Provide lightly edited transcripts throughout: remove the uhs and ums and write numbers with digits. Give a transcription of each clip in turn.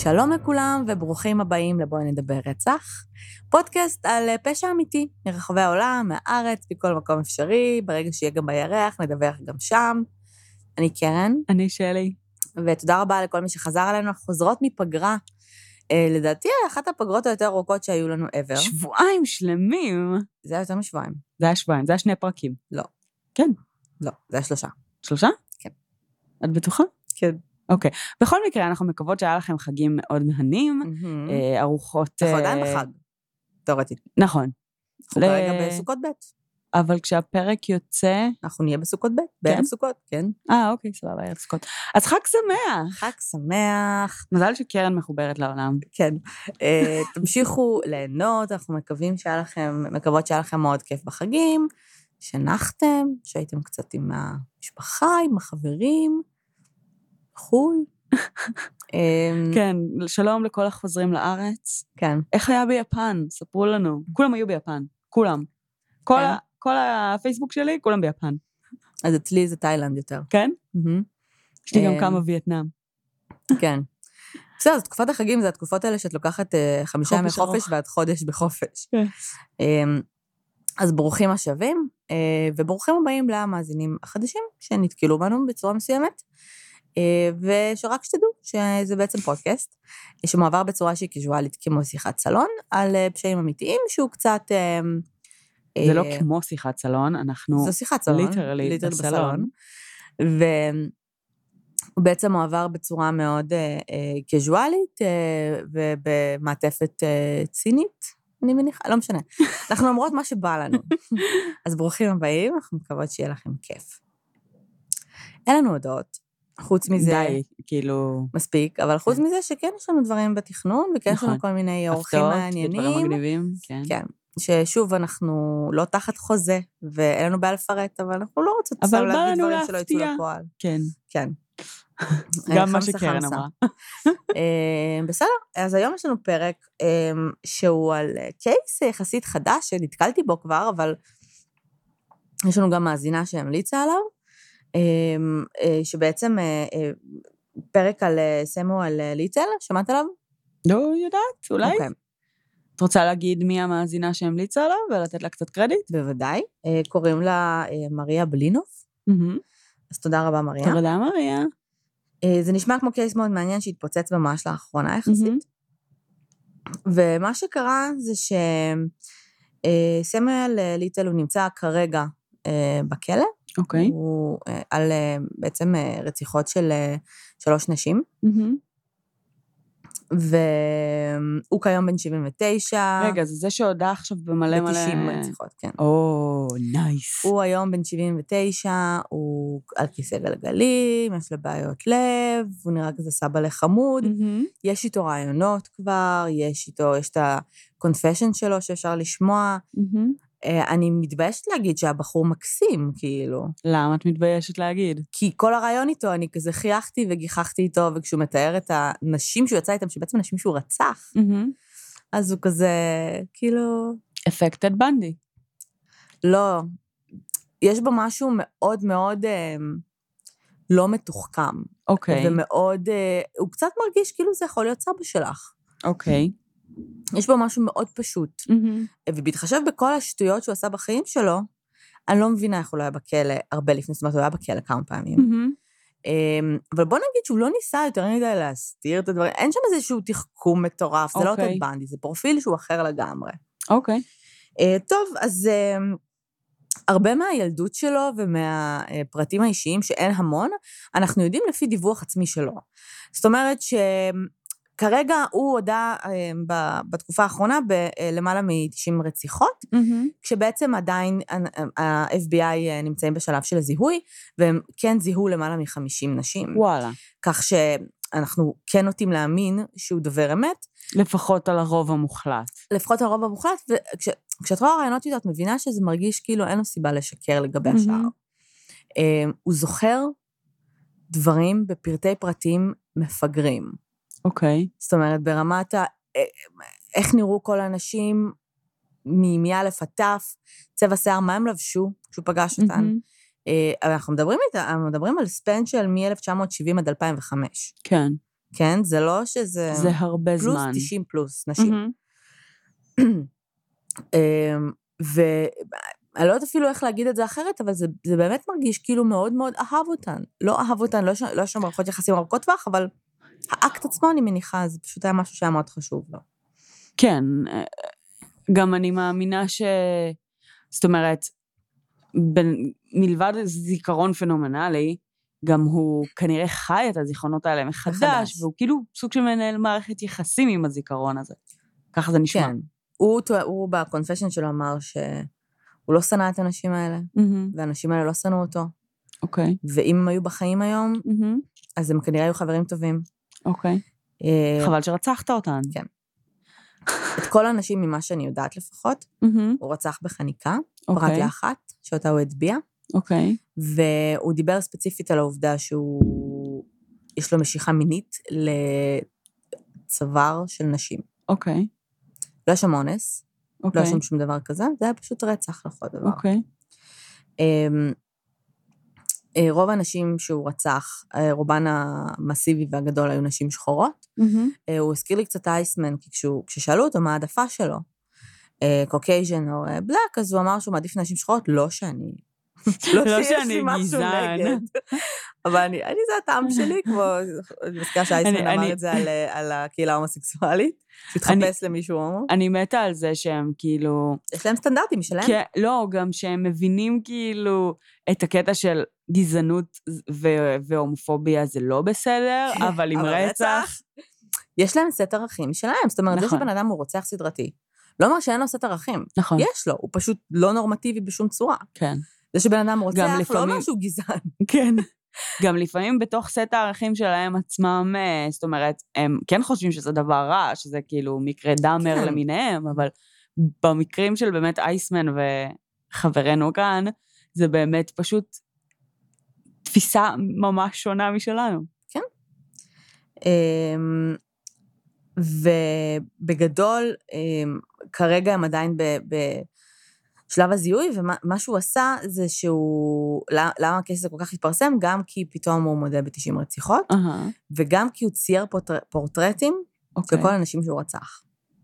שלום לכולם וברוכים הבאים לבואי נדבר רצח, פודקאסט על פשע אמיתי מרחבי העולם, מהארץ, בכל מקום אפשרי, ברגע שיהיה גם בירח, נדווח גם שם. אני קרן. אני שלי. ותודה רבה לכל מי שחזר עלינו, אנחנו חוזרות מפגרה, לדעתי אחת הפגרות היותר ארוכות שהיו לנו ever. שבועיים שלמים. זה היה יותר משבועיים. זה היה שבועיים, זה היה 2 פרקים. לא. כן. לא, זה היה 3. 3? כן. את בטוחה? כן. אוקיי. בכל מקרה, אנחנו מקוות שהיה לכם חגים מאוד מהנים, ארוחות... אנחנו עדיין בחג, תיאורטית. נכון. אנחנו כרגע בסוכות ב'. אבל כשהפרק יוצא... אנחנו נהיה בסוכות ב', בערב סוכות, כן. אוקיי, סבבה, ערב סוכות. אז חג שמח. חג שמח. מזל שקרן מחוברת לעולם. כן. תמשיכו ליהנות, אנחנו מקוות שהיה לכם מאוד כיף בחגים, שנחתם, שהייתם קצת עם המשפחה, עם החברים, חול. כן, שלום לכל החוזרים לארץ. כן. איך היה ביפן? ספרו לנו. כולם היו ביפן. כולם. כל הפייסבוק שלי, כולם ביפן. אז אצלי זה תאילנד יותר. כן? יש לי גם כמה וייטנאם. כן. בסדר, אז תקופת החגים זה התקופות האלה שאת לוקחת 5 ימי חופש ועד חודש בחופש. אז ברוכים השבים, וברוכים הבאים למאזינים החדשים שנתקלו בנו בצורה מסוימת, ושרק שתדעו שזה בעצם פודקאסט, שמועבר בצורה שהיא קיזואלית כמו שיחת סלון, על פשעים אמיתיים שהוא קצת... זה לא כמו שיחת סלון, אנחנו... זו שיחת סלון. ליטרלי בסלון. הוא בעצם מועבר בצורה מאוד קיזואלית, ובמעטפת צינית, אני מניחה, לא משנה. אנחנו אומרות מה שבא לנו. אז ברוכים הבאים, אנחנו מקוות שיהיה לכם כיף. אין לנו הודעות, חוץ מזה... די, כאילו... מספיק, אבל חוץ מזה שכן יש לנו דברים בתכנון, וכן יש לנו כל מיני אורחים מעניינים. הפתעות, דברים מגניבים, כן. כן. ששוב, אנחנו לא תחת חוזה, ואין לנו בעיה לפרט, אבל אנחנו לא רוצות סתם להגיד דברים שלא יצאו לפועל. כן. כן. גם מה שקרן אמרה. בסדר, אז היום יש לנו פרק שהוא על קייס יחסית חדש, שנתקלתי בו כבר, אבל יש לנו גם מאזינה שהמליצה עליו, שבעצם פרק על סמואל ליטל, שמעת עליו? לא יודעת, אולי. אוקיי. את רוצה להגיד מי המאזינה שהמליצה עליו, ולתת לה קצת קרדיט? בוודאי. קוראים לה מריה בלינוף. אז תודה רבה, מריה. תודה, מריה. זה נשמע כמו קייס מאוד מעניין שהתפוצץ ממש לאחרונה יחסית. ומה שקרה זה שסמואל ליטל הוא נמצא כרגע בכלא. אוקיי. הוא על בעצם רציחות של 3 נשים. והוא כיום בן 79. רגע, זה שהודע עכשיו במלא מלא... ב-90 רציחות, כן. נייס. הוא היום בן 79, הוא על כיסא גלגלים, יש לו בעיות לב, הוא נראה כזה סבא לחמוד, יש איתו רעיונות כבר, יש את ה-confession שלו שאפשר לשמוע. אני מתביישת להגיד שהבחור מקסים, כאילו. למה את מתביישת להגיד? כי כל הרעיון איתו, אני כזה חייכתי וגיחכתי איתו, וכשהוא מתאר את הנשים שהוא יצא איתם, שבעצם נשים שהוא רצח, אז הוא כזה, כאילו... אפקטד בנדי. לא. יש בו משהו מאוד מאוד לא מתוחכם. אוקיי. ומאוד, הוא קצת מרגיש כאילו זה יכול להיות סבא שלך. אוקיי. יש בו משהו מאוד פשוט. ובהתחשב בכל השטויות שהוא עשה בחיים שלו, אני לא מבינה איך הוא לא היה בכלא הרבה לפני, זאת אומרת, הוא היה בכלא כמה פעמים. אבל בוא נגיד שהוא לא ניסה יותר מדי להסתיר את הדברים, אין שם איזשהו תחכום מטורף, זה לא טד בנדי, זה פרופיל שהוא אחר לגמרי. אוקיי. טוב, אז הרבה מהילדות שלו ומהפרטים האישיים, שאין המון, אנחנו יודעים לפי דיווח עצמי שלו. זאת אומרת כרגע הוא הודע בתקופה האחרונה בלמעלה מ-90 רציחות, כשבעצם עדיין ה-FBI נמצאים בשלב של הזיהוי, והם כן זיהו למעלה מ-50 נשים. וואלה. כך שאנחנו כן נוטים להאמין שהוא דובר אמת. לפחות על הרוב המוחלט. לפחות על הרוב המוחלט, וכשאת רואה רעיונות איתו, את מבינה שזה מרגיש כאילו אין לו סיבה לשקר לגבי השאר. הוא זוכר דברים בפרטי פרטים מפגרים. אוקיי. זאת אומרת, ברמת איך נראו כל האנשים, מאלף עד תף, צבע שיער, מה הם לבשו, כשהוא פגש אותן. אנחנו מדברים על ספן של מ-1970 עד 2005. כן. כן? זה לא שזה... זה הרבה פלוס זמן. 90 פלוס נשים. ואני לא יודעת אפילו איך להגיד את זה אחרת, אבל זה באמת מרגיש כאילו מאוד מאוד אהב אותן. לא אהב אותן, לא יש שם מערכות יחסים ארוכות טווח, אבל האקט עצמו אני מניחה, זה פשוט היה משהו שהיה מאוד חשוב לו. כן, גם אני מאמינה זאת אומרת, מלבד זיכרון פנומנלי, גם הוא כנראה חי את הזיכרונות האלה מחדש, והוא כאילו סוג של מנהל מערכת יחסים עם הזיכרון הזה. ככה זה נשמע. כן. הוא בקונפשן שלו אמר שהוא לא שנא את האנשים האלה, והאנשים האלה לא שנאו אותו. אוקיי. ואם הם היו בחיים היום, אז הם כנראה היו חברים טובים. אוקיי. חבל שרצחת אותן. כן. את כל האנשים ממה שאני יודעת לפחות, הוא רצח בחניקה, פרט לאחת, שאותה הוא הצביע. אוקיי. והוא דיבר ספציפית על העובדה יש לו משיכה מינית לצוואר של נשים. אוקיי. לא יש שם אונס, לא יש שם שום דבר כזה, זה היה פשוט רצח לכל דבר. אוקיי. רוב האנשים שהוא רצח, רובן המסיבי והגדול היו נשים שחורות. הוא הזכיר לי קצת אייסמן, כי כששאלו אותו מה העדפה שלו, קוקייז'ן או בלק, אז הוא אמר שהוא מעדיף נשים שחורות, לא שאני גזען. אבל אני זה הטעם שלי, כמו, אני מזכירה שאייסמן אמר את זה על הקהילה ההומוסקסואלית, שהתחפש למישהו הומו. אני מתה על זה שהם כאילו... יש להם סטנדרטים משלהם. לא, גם שהם מבינים כאילו את הקטע של גזענות והומופוביה זה לא בסדר, אבל עם רצח... יש להם סט ערכים משלהם, זאת אומרת, זה שבן אדם הוא רוצח סדרתי. לא אומר שאין לו סט ערכים. נכון. יש לו, הוא פשוט לא נורמטיבי בשום צורה. כן. זה שבן אדם רוצח, לא אומר שהוא גזען. כן. גם לפעמים בתוך סט הערכים שלהם עצמם, זאת אומרת, הם כן חושבים שזה דבר רע, שזה כאילו מקרה דאמר למיניהם, אבל במקרים של באמת אייסמן וחברנו כאן, זה באמת פשוט תפיסה ממש שונה משלנו. כן. ובגדול, כרגע הם עדיין בשלב הזיהוי, ומה שהוא עשה זה למה הקייס הזה כל כך התפרסם? גם כי פתאום הוא מודה ב-90 רציחות, וגם כי הוא צייר פורטרטים של כל האנשים שהוא רצח.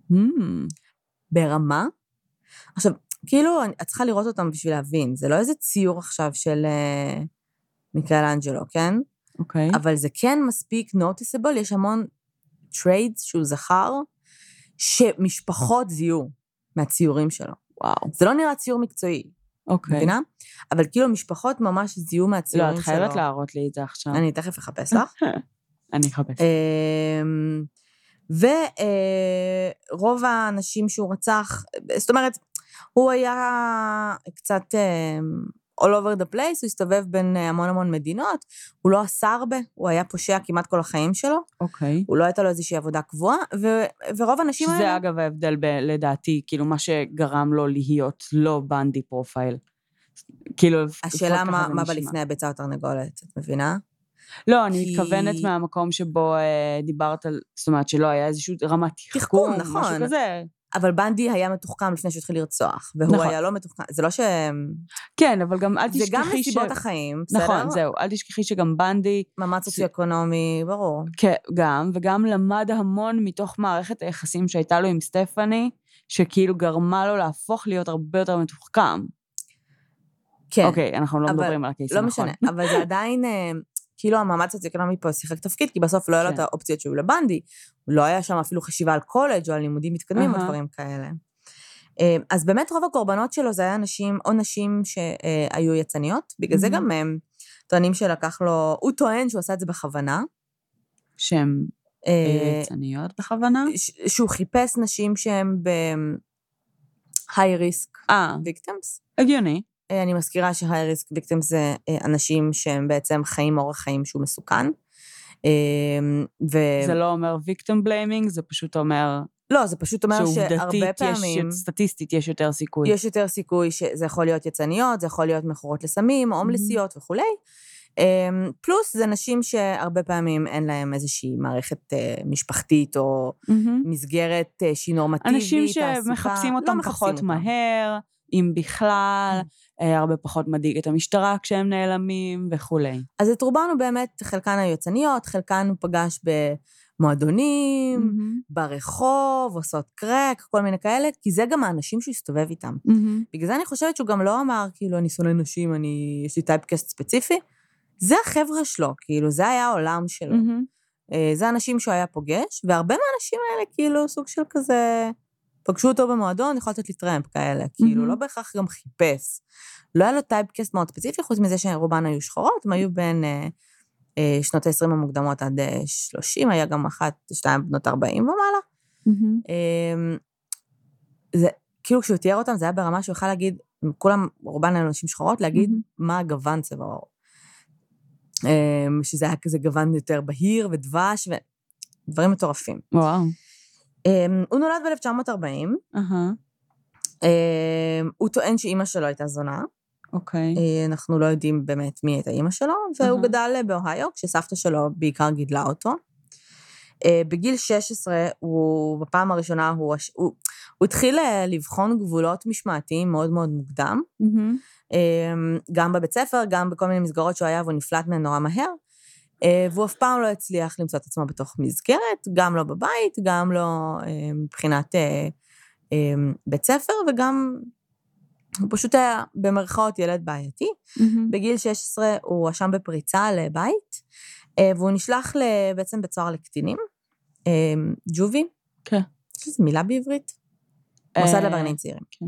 ברמה. עכשיו, כאילו, את צריכה לראות אותם בשביל להבין, זה לא איזה ציור עכשיו של מיקלאנג'לו, כן? אוקיי. אבל זה כן מספיק noticeable, יש המון טריידס שהוא זכר, שמשפחות זיהו מהציורים שלו. וואו. זה לא נראה ציור מקצועי. אוקיי. מבינה? אבל כאילו משפחות ממש זיהו מהציורים שלו. לא, את חייבת להראות לי את זה עכשיו. אני תכף אחפש לך. אני אחפש. ורוב האנשים שהוא רצח, זאת אומרת, הוא היה קצת all over the place, הוא הסתובב בין המון מדינות, הוא לא עשה הרבה, הוא היה פושע כמעט כל החיים שלו. אוקיי. הוא לא הייתה לו איזושהי עבודה קבועה, ורוב האנשים האלה... שזה אגב ההבדל לדעתי, כאילו מה שגרם לו להיות לא בנדי פרופייל. כאילו... השאלה מה בלפני הביצה או תרנגולת, את מבינה? לא, אני מתכוונת מהמקום שבו דיברת על, זאת אומרת שלא היה איזשהו רמת תחכום, משהו כזה. אבל בנדי היה מתוחכם לפני שהתחיל לרצוח, והוא היה לא מתוחכם, זה לא ש... כן, אבל גם אל תשכחי זה גם מסיבות החיים, בסדר? נכון, זהו, אל תשכחי שגם בנדי... ממש סוציו-אקונומי, ברור. כן, וגם למד המון מתוך מערכת היחסים שהייתה לו עם סטפני, שכאילו גרמה לו להפוך להיות הרבה יותר מתוחכם. כן. אוקיי, אנחנו לא מדברים על הקייסים, נכון. לא משנה, אבל זה עדיין... כאילו המעמד סוציו-אקונומי פה שיחק תפקיד, כי בסוף לא היה לו את האופציות שהיו לבנדי, לא היה שם אפילו חשיבה על קולג' או על לימודים מתקדמים או דברים כאלה. אז באמת רוב הקורבנות שלו זה היה אנשים, או נשים שהיו יצניות, בגלל זה גם הם טוענים שלקח לו, הוא טוען שהוא עשה את זה בכוונה. שהם יצניות בכוונה? שהוא חיפש נשים שהם ב-high risk victims. הגיוני. אני מזכירה ש-high risk victims זה אנשים שהם בעצם חיים אורח חיים שהוא מסוכן. זה לא אומר victim blaming, זה פשוט אומר... לא, זה פשוט אומר שהרבה פעמים... סטטיסטית יש יותר סיכוי. יש יותר סיכוי שזה יכול להיות יצניות, זה יכול להיות מכורות לסמים, הומלסיות וכו'. פלוס זה נשים שהרבה פעמים אין להם איזושהי מערכת משפחתית או מסגרת שהיא נורמטיבית. אנשים שמחפשים אותם פחות מהר, אם בכלל, הרבה פחות מדאיג את המשטרה כשהם נעלמים וכולי. אז את רובן הוא באמת, חלקן היו יצניות, חלקן הוא פגש במועדונים, ברחוב, עושות קרק, כל מיני כאלה, כי זה גם האנשים שהוא הסתובב איתם. בגלל זה אני חושבת שהוא גם לא אמר, כאילו, אני שונא נשים, יש לי טייפקאסט ספציפי, זה החבר'ה שלו, כאילו, זה היה העולם שלו. זה האנשים שהוא היה פוגש, והרבה מהאנשים האלה, כאילו, סוג של כזה, פגשו אותו במועדון, יכול לתת לי טרמפ כאלה, כאילו, לא בהכרח גם חיפש. לא היה לו טייפקאסט מאוד ספציפי, חוץ מזה שרובן היו שחורות, הם היו בין שנות ה-20 המוקדמות עד 30, היה גם 1-2 בנות 40 ומעלה. זה, כאילו, כשהוא תיאר אותם, זה היה ברמה שהוא יוכל להגיד, כולם, רובן היו אנשים שחורות, להגיד מה הגוון צבע העור. שזה היה כזה גוון יותר בהיר ודבש, ודברים מטורפים. וואו. הוא נולד ב-1940. הוא טוען שאימא שלו הייתה זונה. אוקיי. אנחנו לא יודעים באמת מי הייתה אימא שלו, והוא גדל באוהיו, כשסבתא שלו בעיקר גידלה אותו. בגיל 16, בפעם הראשונה, הוא התחיל לבחון גבולות משמעתיים מאוד מאוד מוקדם, גם בבית ספר, גם בכל מיני מסגרות שהוא היה, והוא נפלט מהן נורא מהר, והוא אף פעם לא הצליח למצוא את עצמו בתוך מסגרת, גם לא בבית, גם לא מבחינת בית ספר, וגם הוא פשוט היה במרכאות ילד בעייתי. בגיל 16 הוא הואשם בפריצה לבית, והוא נשלח בעצם בצוהר לקטינים, ג'ובי. כן. יש לזה מילה בעברית? מוסד לעבריינים צעירים. כן.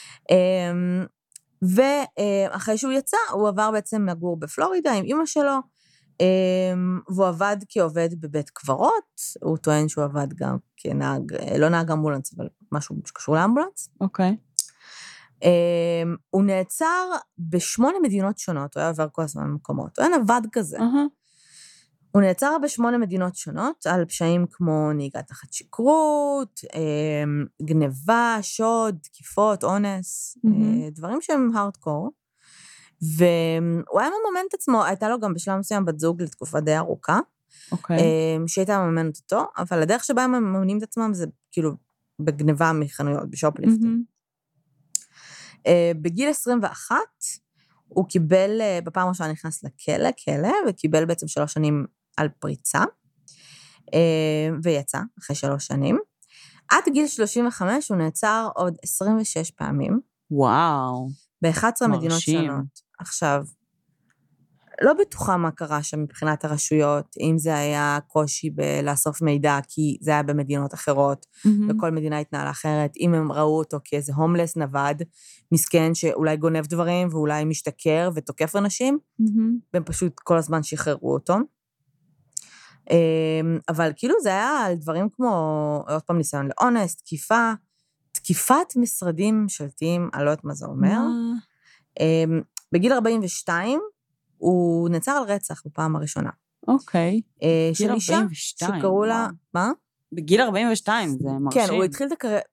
ואחרי שהוא יצא, הוא עבר בעצם לגור בפלורידה עם אמא שלו, והוא עבד כעובד בבית קברות, הוא טוען שהוא עבד גם כנהג, לא נהג אמבולנס, אבל משהו שקשור לאמבולנס. אוקיי. הוא נעצר ב8 מדינות שונות, הוא היה עובר כל הזמן במקומות, הוא היה נווד כזה. הוא נעצר ב8 מדינות שונות, על פשעים כמו נהיגה תחת שכרות, גניבה, שוד, תקיפות, אונס, דברים שהם הארדקור, והוא היה מממן את עצמו, הייתה לו גם בשלב מסוים בת זוג לתקופה די ארוכה, שהייתה מממנת אותו, אבל הדרך שבה הם מממנים את עצמם זה כאילו בגניבה מחנויות, בשופליפטים. בגיל 21, הוא קיבל, בפעם ראשונה נכנס לכלא, וקיבל בעצם 3 שנים על פריצה, ויצא אחרי 3 שנים. עד גיל 35 הוא נעצר עוד 26 פעמים. וואו. ב-11 מדינות שונות. עכשיו, לא בטוחה מה קרה שם מבחינת הרשויות, אם זה היה קושי לאסוף מידע, כי זה היה במדינות אחרות, וכל מדינה התנהלה אחרת, אם הם ראו אותו כאיזה הומלס נווד, מסכן שאולי גונב דברים, ואולי משתכר ותוקף אנשים, והם פשוט כל הזמן שחררו אותו. אבל כאילו זה היה על דברים כמו, עוד פעם ניסיון לאונס, תקיפת משרדים ממשלתיים, אני לא יודעת מה זה אומר. בגיל 42, הוא נעצר על רצח בפעם הראשונה. אוקיי. של אישה שקראו לה, מה? בגיל 42, זה מרשים. כן, הוא התחיל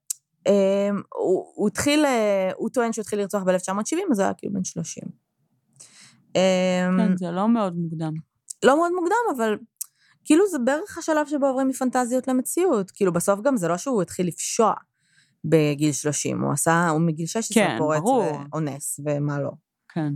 הוא טוען שהוא התחיל לרצוח ב-1970, אז הוא היה כאילו בן 30. כן, זה לא מאוד מוקדם. לא מאוד מוקדם, אבל כאילו זה בערך השלב שבו עוברים מפנטזיות למציאות. כאילו בסוף גם זה לא שהוא התחיל לפשוע בגיל 30, הוא מגיל 16 כן, פורץ ברור. ואונס ומה לא. כן.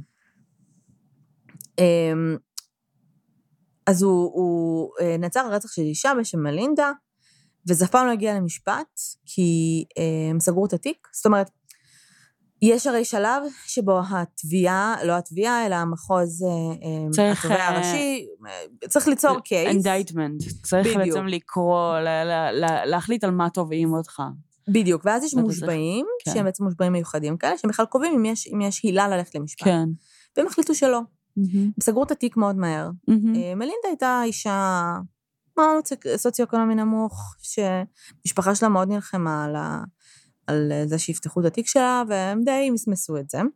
אז הוא נעצר על רצח של אישה בשם מלינדה, וזה אף פעם לא הגיע למשפט, כי הם סגרו את התיק. זאת אומרת, יש הרי שלב שבו התביעה, לא התביעה, אלא המחוז התובע הראשי, צריך ליצור קייס. אינדייטמנט. צריך בעצם לקרוא, להחליט על מה תובעים אותך. בדיוק, ואז יש מושבעים, שהם בעצם מושבעים מיוחדים כאלה, שהם בכלל קובעים אם יש הילה ללכת למשפט. כן. והם החליטו שלא. הם סגרו את התיק מאוד מהר. מלינדה הייתה אישה מאוד סוציו-אקונומי נמוך, שמשפחה שלה מאוד נלחמה על זה שיפתחו את התיק שלה, והם די מסמסו את זה.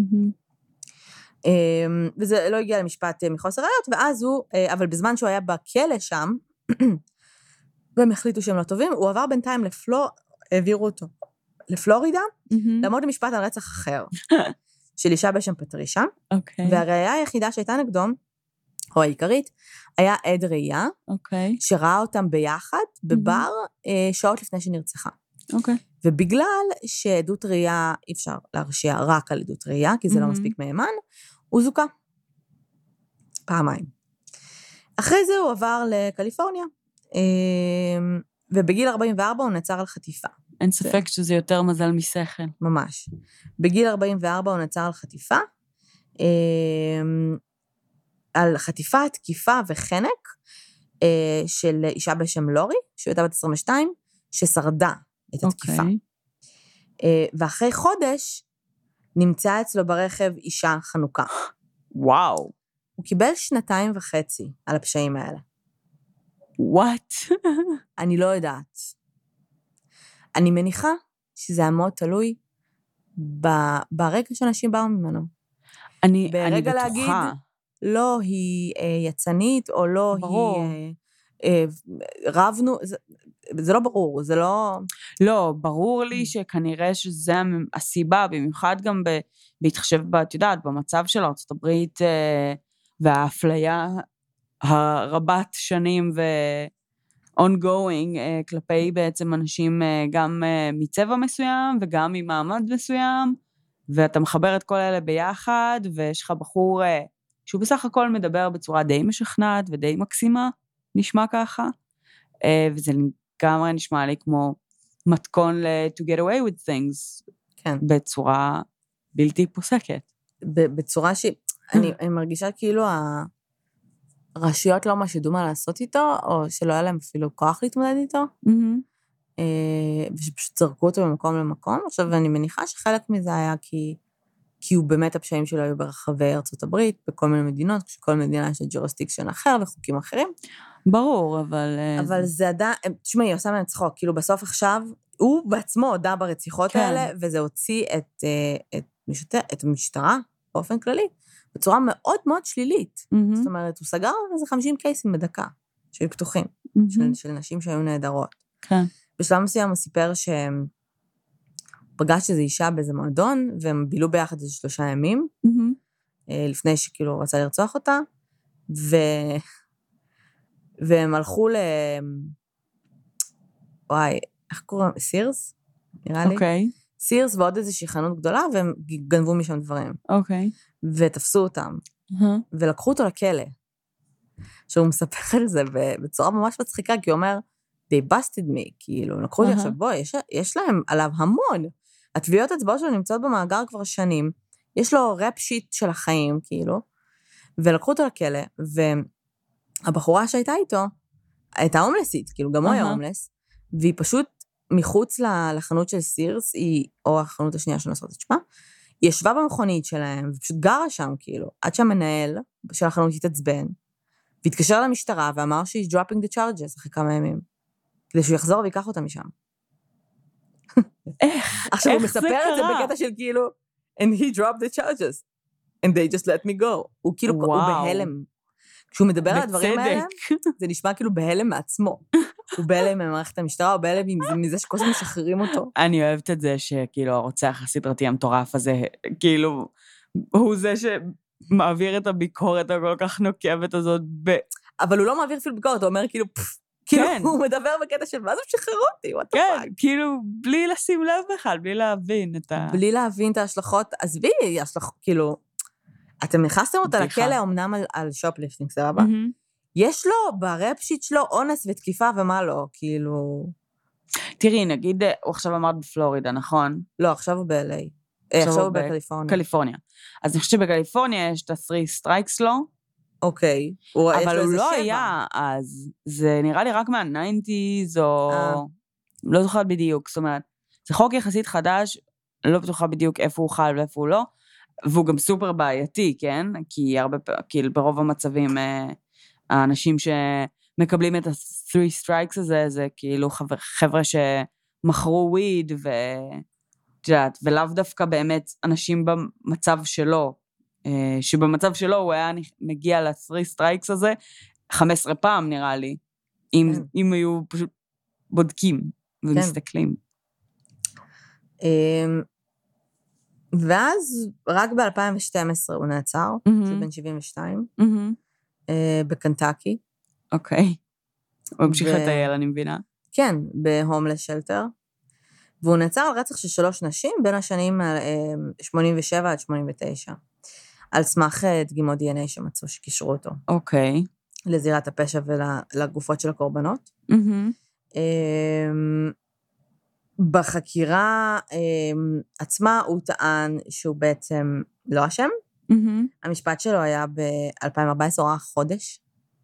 וזה לא הגיע למשפט מחוסר ראיות, ואז הוא, אבל בזמן שהוא היה בכלא שם, והם החליטו שהם לא טובים, הוא עבר בינתיים העבירו אותו לפלורידה, לעמוד למשפט על רצח אחר, של אישה בשם פטרישה, והראיה היחידה שהייתה נגדו, או העיקרית, היה עד ראייה, שראה אותם ביחד, בבר, שעות לפני שנרצחה. ובגלל שעדות ראייה אי אפשר להרשיע רק על עדות ראייה, כי זה לא מספיק מהימן, הוא זוכה. פעמיים. אחרי זה הוא עבר לקליפורניה, ובגיל 44 הוא נעצר על חטיפה. אין ספק שזה יותר מזל משכל. ממש. בגיל 44 הוא נעצר על חטיפה, על חטיפה, תקיפה וחנק, של אישה בשם לורי, שהיא הייתה בת 22, ששרדה את התקיפה. ואחרי חודש, נמצא אצלו ברכב אישה חנוכה. וואו. הוא קיבל 2.5 על הפשעים האלה. What? אני לא יודעת. אני מניחה שזה היה מאוד תלוי ברגע שאנשים באו ממנו. אני ברגע בטוחה. להגיד, לא, היא יצנית, או לא, ברור. היא רבנו, זה לא ברור, זה לא... לא, ברור לי שכנראה שזה הסיבה, במיוחד גם בהתחשב, את יודעת, במצב של ארצות הברית, והאפליה הרבת שנים ו-ongoing, כלפי בעצם אנשים גם מצבע מסוים, וגם ממעמד מסוים, ואתה מחבר את כל אלה ביחד, ויש לך בחור שהוא בסך הכל מדבר בצורה די משכנעת ודי מקסימה, נשמע ככה, וזה לגמרי נשמע לי כמו מתכון to get away with things, כן. בצורה בלתי פוסקת. בצורה אני מרגישה כאילו הרשויות לא ממש ידעו מה לעשות איתו, או שלא היה להם אפילו כוח להתמודד איתו, ושפשוט זרקו אותו ממקום למקום. עכשיו, אני מניחה שחלק מזה היה כי הוא באמת הפשעים שלו היו ברחבי ארצות הברית, בכל מיני מדינות, כשכל מדינה יש ג'ורסטיקשן אחר וחוקים אחרים. ברור, אבל... אבל זה עדיין, תשמעי, היא עושה מהם צחוק, כאילו בסוף עכשיו, הוא בעצמו הודע ברציחות האלה, וזה הוציא את המשטרה, באופן כללי, בצורה מאוד מאוד שלילית. זאת אומרת, הוא סגר איזה 50 קייסים בדקה, שהיו פתוחים, של נשים שהיו נהדרות. כן. בשלב מסוים הוא סיפר שהם פגש איזו אישה באיזה מועדון, והם בילו ביחד איזה 3 ימים, לפני שכאילו רצה לרצוח אותה, והם הלכו וואי, איך קוראים? סירס? נראה לי. אוקיי. סירס ועוד איזושהי חנות גדולה, והם גנבו משם דברים. אוקיי. ותפסו אותם. ולקחו אותו לכלא. שהוא מספר על זה בצורה ממש מצחיקה, כי הוא אומר, they busted me, כאילו, לקחו אותי עכשיו, בואי, יש להם עליו המון. התביעות אצבעות שלו נמצאות במאגר כבר שנים, יש לו רפ שיט של החיים, כאילו, ולקחו אותו לכלא, והבחורה שהייתה איתו, הייתה הומלסית, כאילו, גם הוא היה הומלס, והיא פשוט מחוץ לחנות של סירס, או החנות השנייה שנעשות את שמה, היא ישבה במכונית שלהם, ופשוט גרה שם, כאילו, עד שהמנהל של החנות התעצבן, והתקשר למשטרה, ואמר she's dropping the charges אחרי כמה ימים, כדי שהוא יחזור ויקח אותה משם. איך? עכשיו הוא איך זה מספר את זה קרה? בקטע של כאילו, and he dropped the charges, and they just let me go. הוא כאילו, הוא וואו. בהלם. כשהוא מדבר על הדברים האלה, בצדק. זה נשמע כאילו בהלם מעצמו. הוא בהלם ממערכת המשטרה, הוא בהלם מזה שכל הזמן משחררים אותו. אני אוהבת את זה שכאילו הרוצח הסדרתי המטורף הזה, כאילו, הוא זה שמעביר את הביקורת הכל כך נוקבת הזאת אבל הוא לא מעביר אפילו ביקורת, הוא אומר כאילו, כאילו, הוא מדבר בקטע של מה זה משחררו אותי, what the כן, fuck. כאילו, בלי לשים לב בכלל, בלי להבין את ה... בלי להבין את ההשלכות, עזבי, כאילו, אתם נכנסתם אותה לכלא, אמנם על שופליפטינג, סבבה? יש לו ברפ שיט שלו אונס ותקיפה ומה לא, כאילו... תראי, נגיד, הוא עכשיו אמר בפלורידה, נכון? לא, עכשיו הוא ב-LA. עכשיו הוא בקליפורניה. קליפורניה. אז אני חושבת שבקליפורניה יש את ה-3 strikes לו, אוקיי. אבל הוא לא היה אז. זה נראה לי רק מה-90s, או... לא זוכרת בדיוק, זאת אומרת, זה חוק יחסית חדש, לא בטוחה בדיוק איפה הוא חל ואיפה הוא לא, והוא גם סופר בעייתי, כן? כי כאילו ברוב המצבים, האנשים שמקבלים את ה-3 strikes הזה, זה כאילו חבר'ה שמכרו וויד, ולאו דווקא באמת אנשים במצב שלו, שבמצב שלו הוא היה מגיע ל-3 strikes הזה, 15 פעם נראה לי, אם היו פשוט בודקים ומסתכלים. ואז רק ב-2012 הוא נעצר, שהוא בן 72, בקנטקי. אוקיי. הוא המשיך לטייל, אני מבינה. כן, בהומלס שלטר. והוא נעצר על רצח של 3 נשים בין השנים 87 עד 89, על סמך דגימות DNA שמצאו שקישרו אותו. אוקיי. לזירת הפשע ולגופות של הקורבנות. בחקירה עצמה הוא טען שהוא בעצם לא אשם. המשפט שלו היה ב-2014, הוראה חודש,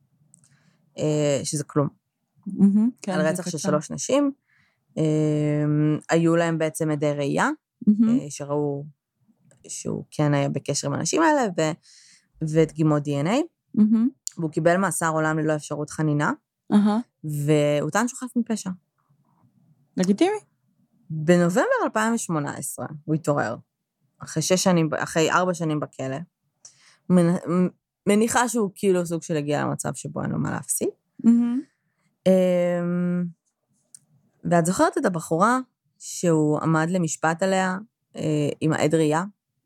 שזה כלום. על רצח של 3 נשים. היו להם בעצם עדי ראייה, שראו שהוא כן היה בקשר עם האנשים האלה, ודגימות DNA, והוא קיבל מאסר עולם ללא אפשרות חנינה, והוא טען שהוא חף מפשע. לגיטימי. בנובמבר 2018 הוא התעורר, אחרי 4 שנים בכלא, מניחה שהוא כאילו סוג של הגיע למצב שבו אין לו מה להפסיד. ואת זוכרת את הבחורה שהוא עמד למשפט עליה עם העד ראייה,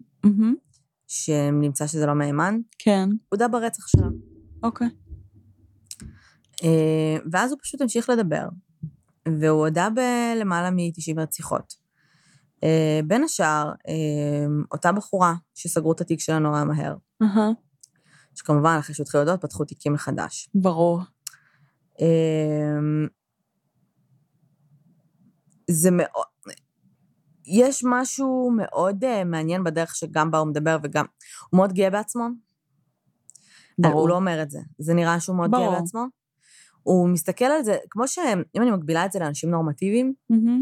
שנמצא שזה לא מהימן? כן. הוא הודה ברצח שלה. אוקיי. ואז הוא פשוט המשיך לדבר, והוא הודה בלמעלה מ-90 רציחות. בין השאר, אותה בחורה שסגרו את התיק שלה נורא מהר. שכמובן, אחרי שהוא התחיל להודות, פתחו תיקים מחדש. ברור. זה מאוד... יש משהו מאוד מעניין בדרך שגם בה הוא מדבר, וגם... הוא מאוד גאה בעצמו. ברור. הוא לא אומר את זה. זה נראה שהוא מאוד גאה בעצמו. הוא מסתכל על זה, כמו שאם אני מקבילה את זה לאנשים נורמטיביים,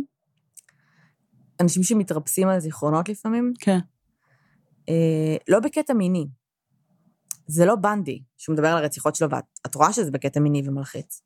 אנשים שמתרפסים על זיכרונות לפעמים, כן. לא בקטע מיני. זה לא בנדי, שהוא מדבר על הרציחות שלו, ואת רואה שזה בקטע מיני ומלחיץ.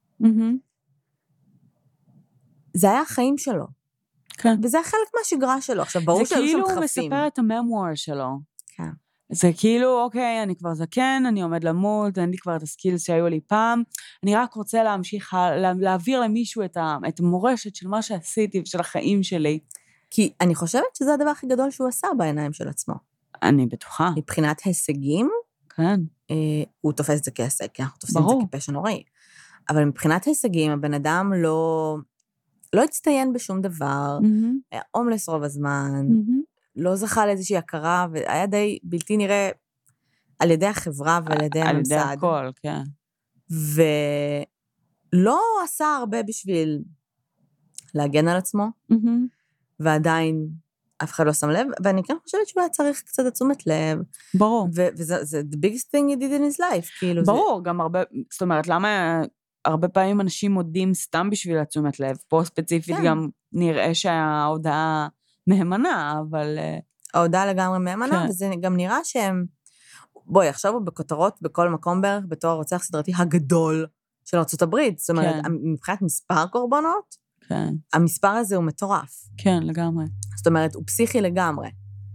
זה היה החיים שלו. כן. וזה היה חלק מהשגרה שלו. עכשיו, ברור שהיו שם דחפים. זה כאילו מספר את הממואר שלו. כן. זה כאילו, אוקיי, אני כבר זקן, אני עומד למות, אין לי כבר את הסקילס שהיו לי פעם, אני רק רוצה להמשיך, להעביר למישהו את המורשת של מה שעשיתי ושל החיים שלי. כי אני חושבת שזה הדבר הכי גדול שהוא עשה בעיניים של עצמו. אני בטוחה. מבחינת הישגים, כן. הוא תופס את זה כהישג, כי אנחנו תופסים את זה כפשע נוראי. אבל מבחינת הישגים, הבן אדם לא הצטיין בשום דבר, היה הומלס רוב הזמן, לא זכה לאיזושהי הכרה, והיה די בלתי נראה על ידי החברה ועל ידי הממסד. על ידי הכל, כן. ולא עשה הרבה בשביל להגן על עצמו, ועדיין אף אחד לא שם לב, ואני כן חושבת שהוא היה צריך קצת תשומת לב. ברור. וזה the biggest thing he did in his life, כאילו זה... ברור, גם הרבה, זאת אומרת, למה הרבה פעמים אנשים מודים סתם בשביל תשומת לב? פה ספציפית גם נראה שההודעה מהימנה, אבל... ההודעה לגמרי מהימנה, וזה גם נראה שהם... בואי, עכשיו הוא בכותרות בכל מקום בערך, בתור הרוצח סדרתי הגדול של ארצות הברית. זאת אומרת, מבחינת מספר קורבנות, המספר הזה הוא מטורף. כן, לגמרי. זאת אומרת, הוא פסיכי לגמרי.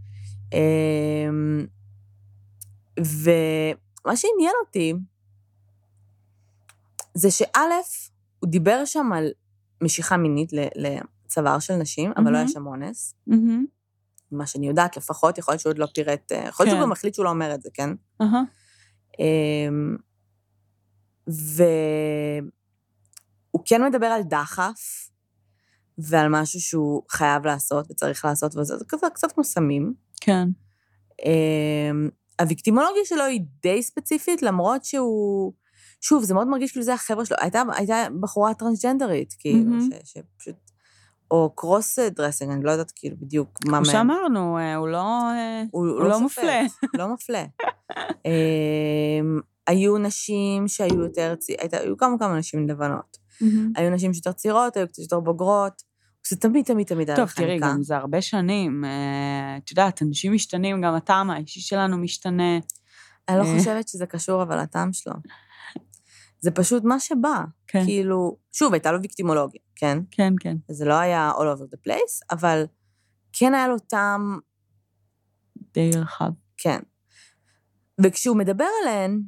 ומה שעניין אותי, זה שא', הוא דיבר שם על משיכה מינית לצוואר של נשים, אבל לא היה שם אונס. מה שאני יודעת, לפחות, יכול להיות שהוא עוד לא פירט, יכול להיות שהוא גם מחליט שהוא לא אומר את זה, כן? והוא כן מדבר על דחף, ועל משהו שהוא חייב לעשות וצריך לעשות, וזה קצת כמו סמים. כן. הוויקטימולוגיה שלו היא די ספציפית, למרות שהוא, שוב, זה מאוד מרגיש כאילו זה החבר'ה שלו, הייתה בחורה טרנסג'נדרית, כאילו, שפשוט, או קרוס דרסינג, אני לא יודעת כאילו בדיוק מה מהם. כמו שאמרנו, הוא לא מפלה. לא מפלה. היו נשים שהיו יותר, היו כמה נשים לבנות. היו נשים שיותר צעירות, היו קצת יותר בוגרות, זה תמיד על טוב, תראי, גם זה הרבה שנים, את יודעת, אנשים משתנים, גם הטעם האישי שלנו משתנה. אני לא חושבת שזה קשור, אבל הטעם שלו. זה פשוט מה שבא. כאילו, שוב, הייתה לו ויקטימולוגיה, כן? כן, כן. זה לא היה all over the place, אבל כן היה לו טעם... די רחב. כן. וכשהוא מדבר עליהן,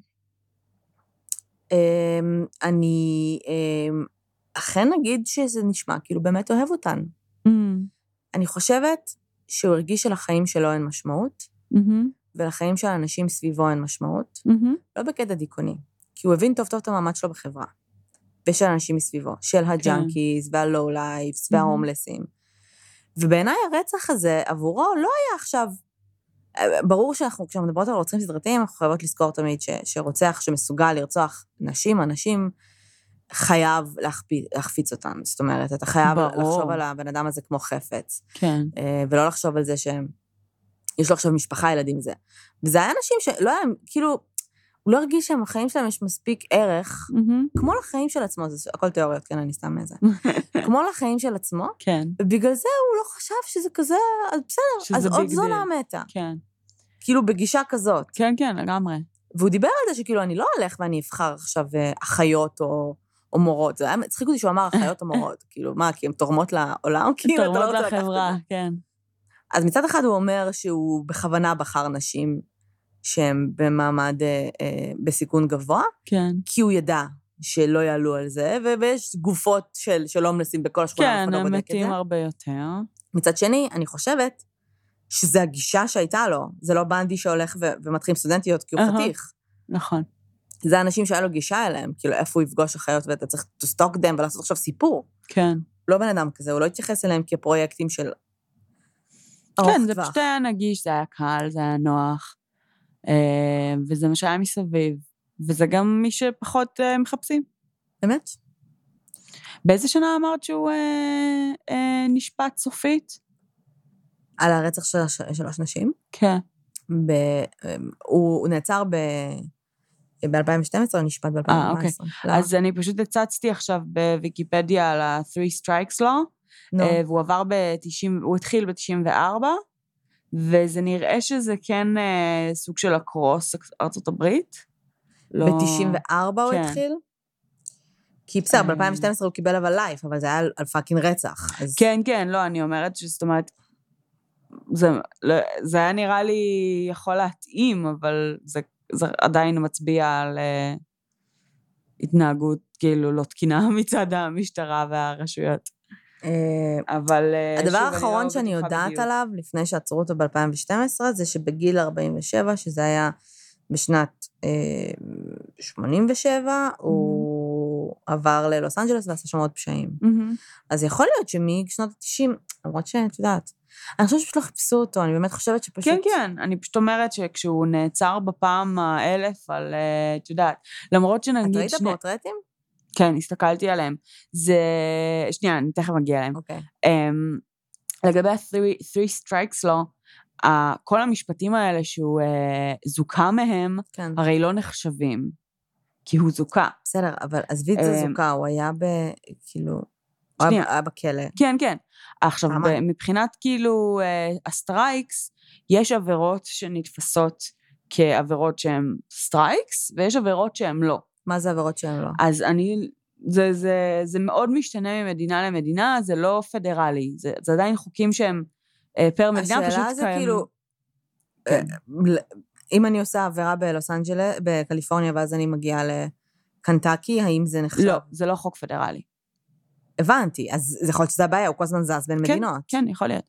אני אכן נגיד שזה נשמע, כאילו באמת אוהב אותן. אני חושבת שהוא הרגיש שלחיים שלו אין משמעות, ולחיים של האנשים סביבו אין משמעות, לא בקטע דיכאוני, כי הוא הבין טוב טוב את המעמד שלו בחברה, ושל האנשים מסביבו, של הג'אנקיז והלואו לייבס וההומלסים. ובעיניי הרצח הזה עבורו לא היה עכשיו, ברור שאנחנו, כשאנחנו מדברות על רוצחים סדרתיים, אנחנו חייבות לזכור תמיד שרוצח שמסוגל לרצוח אנשים חייב להחפיץ אותם. זאת אומרת, אתה חייב לחשוב על הבן אדם הזה כמו חפץ. כן. ולא לחשוב על זה שיש לו עכשיו משפחה, ילדים זה. וזה היה אנשים שלא היה, כאילו, הוא לא הרגיש שהחיים שלהם יש מספיק ערך, כמו לחיים של עצמו, זה הכל תיאוריות, כן, אני סתם מזה. כמו לחיים של עצמו, כן. ובגלל זה הוא לא חשב שזה כזה, אז בסדר, אז עוד זונה מתה. כן. כאילו בגישה כזאת. כן, כן, לגמרי. והוא דיבר על זה שכאילו אני לא הולך ואני אבחר עכשיו אחיות או מורות, זה היה מצחיק אותי שהוא אמר אחיות או מורות, כאילו מה, כי הן תורמות לעולם? תורמות לחברה, כן. אז מצד אחד הוא אומר שהוא בכוונה בחר נשים שהן במעמד בסיכון גבוה, כן. כי הוא ידע שלא יעלו על זה, ויש גופות של הומלסים בכל השכונה. כן, הם מתים הרבה יותר. מצד שני, אני חושבת שזה הגישה שהייתה לו, זה לא בנדי שהולך ומתחיל סטודנטיות, כי הוא חתיך. נכון. זה אנשים שהיה לו גישה אליהם, כאילו איפה הוא יפגוש החיות, ואתה צריך to stalk them ולעשות עכשיו סיפור. כן. לא בן אדם כזה, הוא לא התייחס אליהם כפרויקטים של ארוך טווח. כן, זה פשוט היה נגיש, זה היה קל, זה היה נוח, וזה מה שהיה מסביב, וזה גם מי שפחות מחפשים. באמת? באיזה שנה אמרת שהוא נשפט סופית? על הרצח של 3 נשים? כן. הוא נעצר ב-2012, הוא נשפט ב-2014. אוקיי. אז אני פשוט הצצתי עכשיו בוויקיפדיה על ה-3 Strikes Law, והוא הוא התחיל ב-94, וזה נראה שזה כן סוג של הקרוס ארצות הברית. ב-94 הוא התחיל? כי בסדר, ב-2012 הוא קיבל אבל לייף, אבל זה היה על פאקינג רצח. כן, כן, לא, אני אומרת שזאת אומרת, זה היה נראה לי יכול להתאים, אבל זה עדיין מצביע על התנהגות כאילו לא תקינה מצד המשטרה והרשויות. אבל הדבר האחרון שאני יודעת עליו, לפני שעצרו אותו ב-2012, זה שבגיל 47, שזה היה בשנת 87, הוא עבר ללוס אנג'לס ועשה שם עוד פשעים. אז יכול להיות שמשנות ה-90, למרות שאת יודעת, אני חושבת שפשוט לא חיפשו אותו, אני באמת חושבת שפשוט... כן, כן, אני פשוט אומרת שכשהוא נעצר בפעם 1000 על, את יודעת, למרות שנגיד... את ראית פורטרטים? כן, הסתכלתי עליהם. זה... שנייה, אני תכף מגיע אליהם. אוקיי. לגבי ה-3 Strikes Law, כל המשפטים האלה שהוא זוכה מהם, הרי לא נחשבים, כי הוא זוכה. בסדר, אבל עזבי את זה זוכה, הוא היה כאילו... הוא היה בכלא. כן, כן. עכשיו, מבחינת כאילו הסטרייקס, יש עבירות שנתפסות כעבירות שהן סטרייקס, ויש עבירות שהן לא. מה זה עבירות שהן לא? אז זה מאוד משתנה ממדינה למדינה, זה לא פדרלי, זה עדיין חוקים שהם פר מדינה, פשוט קיים. השאלה זה כאילו, אם אני עושה עבירה בלוס אנג'לס, בקליפורניה, ואז אני מגיעה לקנטקי, האם זה נחשב? לא, זה לא חוק פדרלי. הבנתי, אז זה יכול להיות שזה הבעיה, הוא כל הזמן זז בין מדינות. כן, יכול להיות.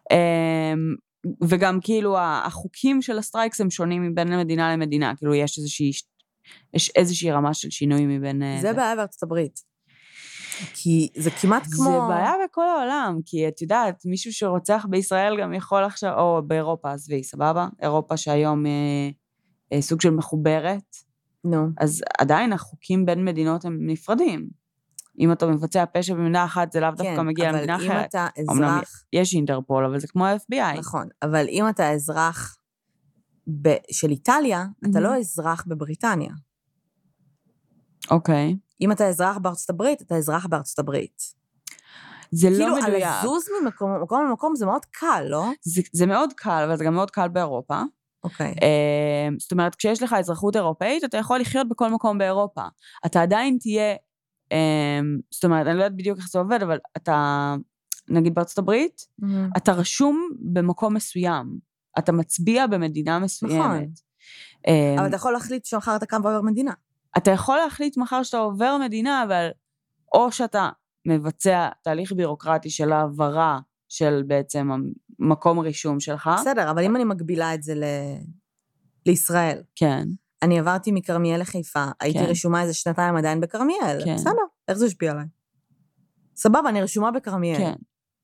וגם כאילו החוקים של הסטרייקס הם שונים מבין למדינה למדינה, כאילו יש איזושהי רמה של שינוי מבין... זה בעיה בארצות הברית. כי זה כמעט כמו... זה בעיה בכל העולם, כי את יודעת, מישהו שרוצח בישראל גם יכול עכשיו, או באירופה, עזבי, סבבה? אירופה שהיום סוג של מחוברת. אז עדיין החוקים בין מדינות הם נפרדים. אם אתה מבצע פשע במדינה אחת, זה לאו דווקא מגיע למדינה אחרת. אבל אם אתה אזרח... יש אינטרפול, אבל זה כמו ה-FBI. נכון, אבל אם אתה אזרח של איטליה, אתה לא אזרח בבריטניה. אוקיי. אם אתה אזרח בארצות הברית, אתה אזרח בארצות הברית. זה לא מדויק. כאילו, על לזוז ממקום למקום זה מאוד קל, לא? זה מאוד קל, אבל זה גם מאוד קל באירופה. אוקיי. זאת אומרת, כשיש לך אזרחות אירופאית, אתה יכול לחיות בכל מקום באירופה. אתה עדיין תהיה... זאת אומרת, אני לא יודעת בדיוק איך זה עובד, אבל אתה, נגיד בארצות הברית, אתה רשום במקום מסוים. אתה מצביע במדינה מסוימת. נכון. אבל אתה יכול להחליט שמחר אתה קם ועובר מדינה. אתה יכול להחליט מחר שאתה עובר מדינה, אבל או שאתה מבצע תהליך בירוקרטי של העברה של בעצם המקום רישום שלך. בסדר, אבל אם אני מגבילה את זה לישראל. כן. אני עברתי מקרמיאל לחיפה, הייתי רשומה איזה 2 עדיין בקרמיאל. בסדר, איך זה השפיע עליי? סבבה, אני רשומה בקרמיאל. כן.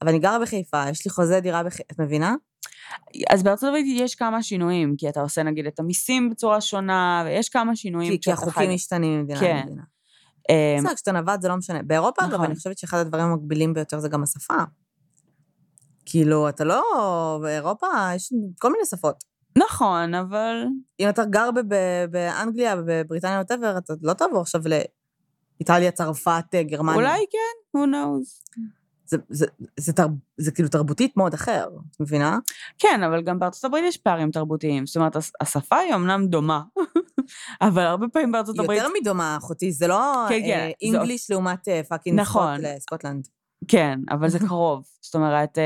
אבל אני גרה בחיפה, יש לי חוזה דירה בחיפה, את מבינה? אז בארצות הברית יש כמה שינויים, כי אתה עושה נגיד את המיסים בצורה שונה, ויש כמה שינויים. כי החוקים משתנים ממדינה למדינה. בסדר, כשאתה נווד זה לא משנה. באירופה, אגב, אני חושבת שאחד הדברים המקבילים ביותר זה גם השפה. כאילו, אתה לא... באירופה יש כל מיני שפות. נכון, אבל... אם אתה גר באנגליה, בבריטניה, whatever, אתה לא תעבור עכשיו לאיטליה, צרפת, גרמניה. אולי כן, who knows. זה כאילו תרבותית מאוד אחר, את מבינה? כן, אבל גם בארצות הברית יש פערים תרבותיים. זאת אומרת, השפה היא אמנם דומה, אבל הרבה פעמים בארצות הברית... יותר מדומה, אחותי, זה לא אינגליש לעומת פאקינג סקוטלנד. כן, אבל זה קרוב. זאת אומרת,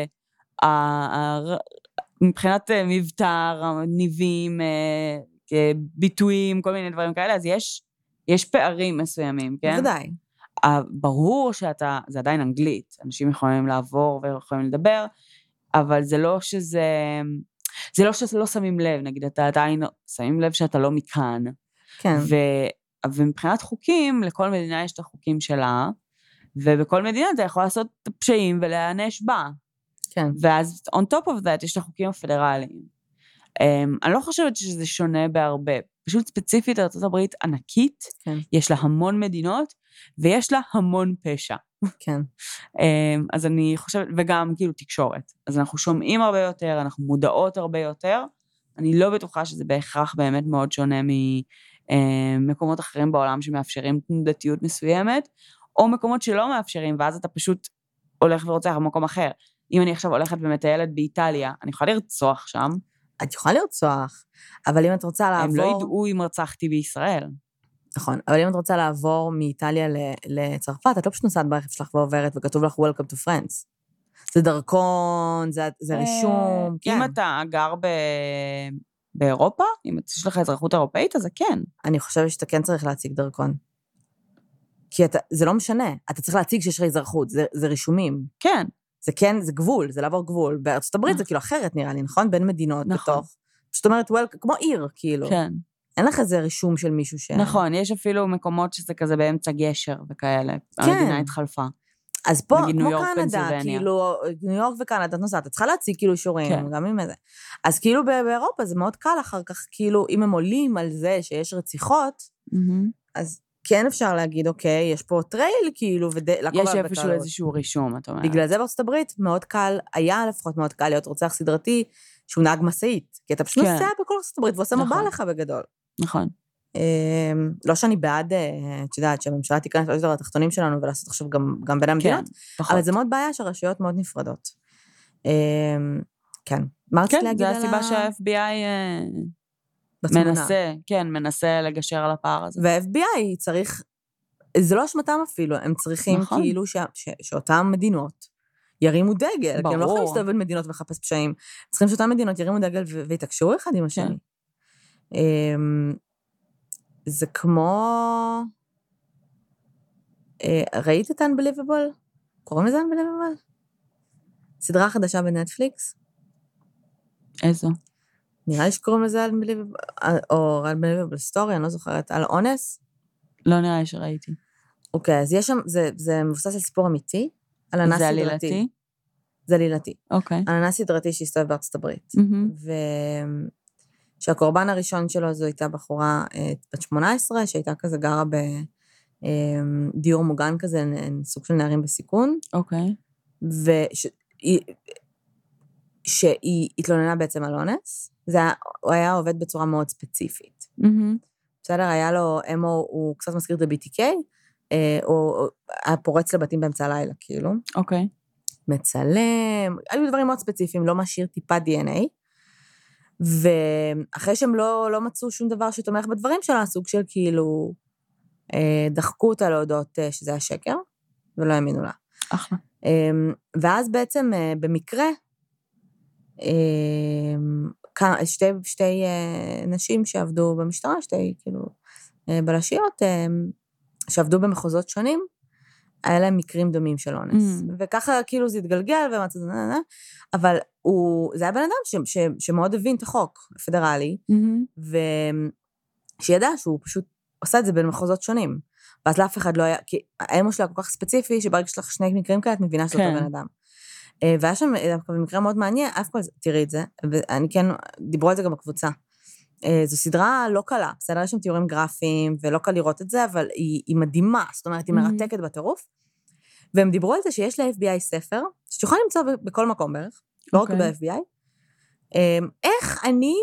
מבחינת מבטר, ניבים, ביטויים, כל מיני דברים כאלה, אז יש פערים מסוימים, כן? בוודאי. ברור זה עדיין אנגלית, אנשים יכולים לעבור ויכולים לדבר, אבל זה לא שזה לא שמים לב, נגיד, אתה עדיין שמים לב שאתה לא מכאן. כן. ומבחינת חוקים, לכל מדינה יש את החוקים שלה, ובכל מדינה אתה יכול לעשות פשעים ולהענש בה. כן. ואז on top of that יש את החוקים הפדרליים. אני לא חושבת שזה שונה בהרבה, פשוט ספציפית ארצות הברית ענקית, כן. יש לה המון מדינות, ויש לה המון פשע. כן. אז אני חושבת, וגם כאילו תקשורת. אז אנחנו שומעים הרבה יותר, אנחנו מודעות הרבה יותר, אני לא בטוחה שזה בהכרח באמת מאוד שונה ממקומות אחרים בעולם שמאפשרים תנודתיות מסוימת, או מקומות שלא מאפשרים, ואז אתה פשוט הולך ורוצח במקום אחר. אם אני עכשיו הולכת ומטיילת באיטליה, אני יכולה לרצוח שם. את יכולה לרצוח, אבל אם את רוצה לעבור... הם לא ידעו אם רצחתי בישראל. נכון, אבל אם את רוצה לעבור מאיטליה לצרפת, את לא פשוט נוסעת ברכב שלך ועוברת, וכתוב לך Welcome to France. זה דרכון, זה רישום, כן. אם אתה גר באירופה, אם יש לך אזרחות אירופאית, אז זה כן. אני חושבת שאתה כן צריך להציג דרכון. כי זה לא משנה, אתה צריך להציג שיש לך אזרחות, זה רישומים. כן. זה כן, זה גבול, זה לעבור גבול. בארצות הברית זה כאילו אחרת נראה לי, נכון? בין מדינות בתוך. זאת אומרת, כמו עיר, כאילו. כן. אין לך איזה רישום של מישהו נכון, יש אפילו מקומות שזה כזה באמצע גשר וכאלה. כן. המדינה התחלפה. אז פה, כמו קנדה, כאילו, ניו יורק וקנדה, את נוסעת, את צריכה להציג כאילו אישורים, גם עם איזה. אז כאילו באירופה זה מאוד קל אחר כך, כאילו, אם הם עולים על זה שיש רציחות, אז כן אפשר להגיד, אוקיי, יש פה טרייל, כאילו, יש איפשהו איזשהו רישום, את אומרת. בגלל זה בארצות הברית מאוד קל, היה לפחות מאוד קל להיות רוצח סדרתי, שהוא נהג מסעית, כי אתה פשוט נוסע בכל ארצות הברית, ועושה מה בא לך בגדול. נכון. לא שאני בעד, את יודעת, שהממשלה תיכנס יותר לתחתונים שלנו, ולעשות עכשיו גם בין המדינות, אבל זה מאוד בעיה שהרשויות מאוד נפרדות. כן. מה רצית להגיד על זה הסיבה שה-FBI מנסה לגשר על הפער הזה. וה-FBI צריך, זה לא אשמתם אפילו, הם צריכים כאילו שאותם מדינות ירימו דגל, כי הם לא יכולים להסתובב בין מדינות ולחפש פשעים, צריכים שאותם מדינות ירימו דגל ויתקשרו אחד עם השני. זה כמו... ראית את Unbelievable? קוראים לזה Unbelievable? סדרה חדשה בנטפליקס? איזו? נראה לי שקוראים לזה Unbelievable, או Unbelievable Story, אני לא זוכרת, על אונס? לא נראה לי שראיתי. אוקיי, אז יש שם, זה מבוסס על סיפור אמיתי, על אנס סדרתי. זה עלילתי? זה עלילתי. אוקיי. על אנס סדרתי שהסתובב בארצות הברית. שהקורבן הראשון שלו זו הייתה בחורה בת 18, שהייתה כזה גרה בדיור מוגן כזה, סוג של נערים בסיכון. אוקיי. שהיא התלוננה בעצם על אונס. הוא היה עובד בצורה מאוד ספציפית. בסדר, היה לו, הוא קצת מזכיר את ה-BTK, הוא היה פורץ לבתים באמצע הלילה, כאילו. אוקיי. מצלם, היו דברים מאוד ספציפיים, לא משאיר טיפה DNA, ואחרי שהם לא מצאו שום דבר שתומך בדברים שלה, סוג של כאילו, דחקו אותה להודות שזה היה שקר, ולא האמינו לה. אחלה. ואז בעצם במקרה, שתי נשים שעבדו במשטרה, שתי כאילו בלשיות, שעבדו במחוזות שונים, היה להם מקרים דומים של אונס. וככה כאילו זה התגלגל, אבל זה היה בן אדם שמאוד הבין את החוק הפדרלי, ושידע שהוא פשוט עושה את זה בין מחוזות שונים. ואז לאף אחד לא היה, כי האמו שלה כל כך ספציפי, שברגע שלך שני מקרים כאלה, את מבינה שאתה אותו בן אדם. והיה שם במקרה מאוד מעניין, אף כל, תראי את זה, ואני כן, דיברו על זה גם בקבוצה. זו סדרה לא קלה, בסדר, יש שם תיאורים גרפיים, ולא קל לראות את זה, אבל היא מדהימה, זאת אומרת, היא מרתקת בטירוף, והם דיברו על זה שיש ל-FBI ספר, שתוכל למצוא בכל מקום בערך, לא רק ב-FBI, איך אני,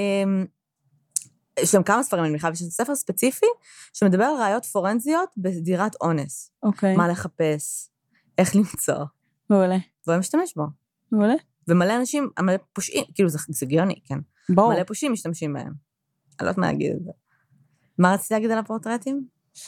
יש להם כמה ספרים, אני מניחה, ויש ספר ספציפי, שמדבר על ראיות פורנזיות בזירת אונס. אוקיי. מה לחפש, איך למצוא. מעולה. והוא משתמש בו. מעולה. ומלא אנשים, מלא פושעים, כאילו זה גאוני, כן. ברור. מלא פושעים משתמשים בהם. אני לא יודעת מה להגיד את זה. מה רציתי להגיד על הפורטרטים?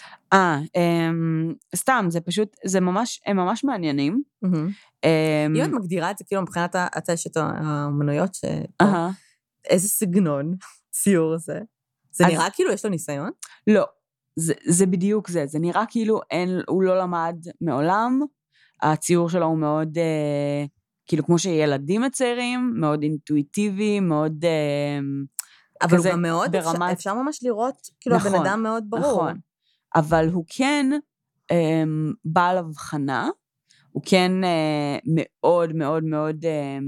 סתם, זה פשוט, הם ממש מעניינים. אם את מגדירה את זה, כאילו מבחינת את האומנויות, איזה סגנון ציור זה? זה נראה כאילו יש לו ניסיון? לא, זה בדיוק זה. זה נראה כאילו הוא לא למד מעולם, הציור שלו הוא מאוד, כאילו כמו שילדים מציירים, מאוד אינטואיטיבי, מאוד אבל הוא גם מאוד, אפשר ממש לראות, כאילו הבן אדם מאוד ברור. נכון, אבל הוא כן בעל הבחנה, הוא כן מאוד מאוד מאוד,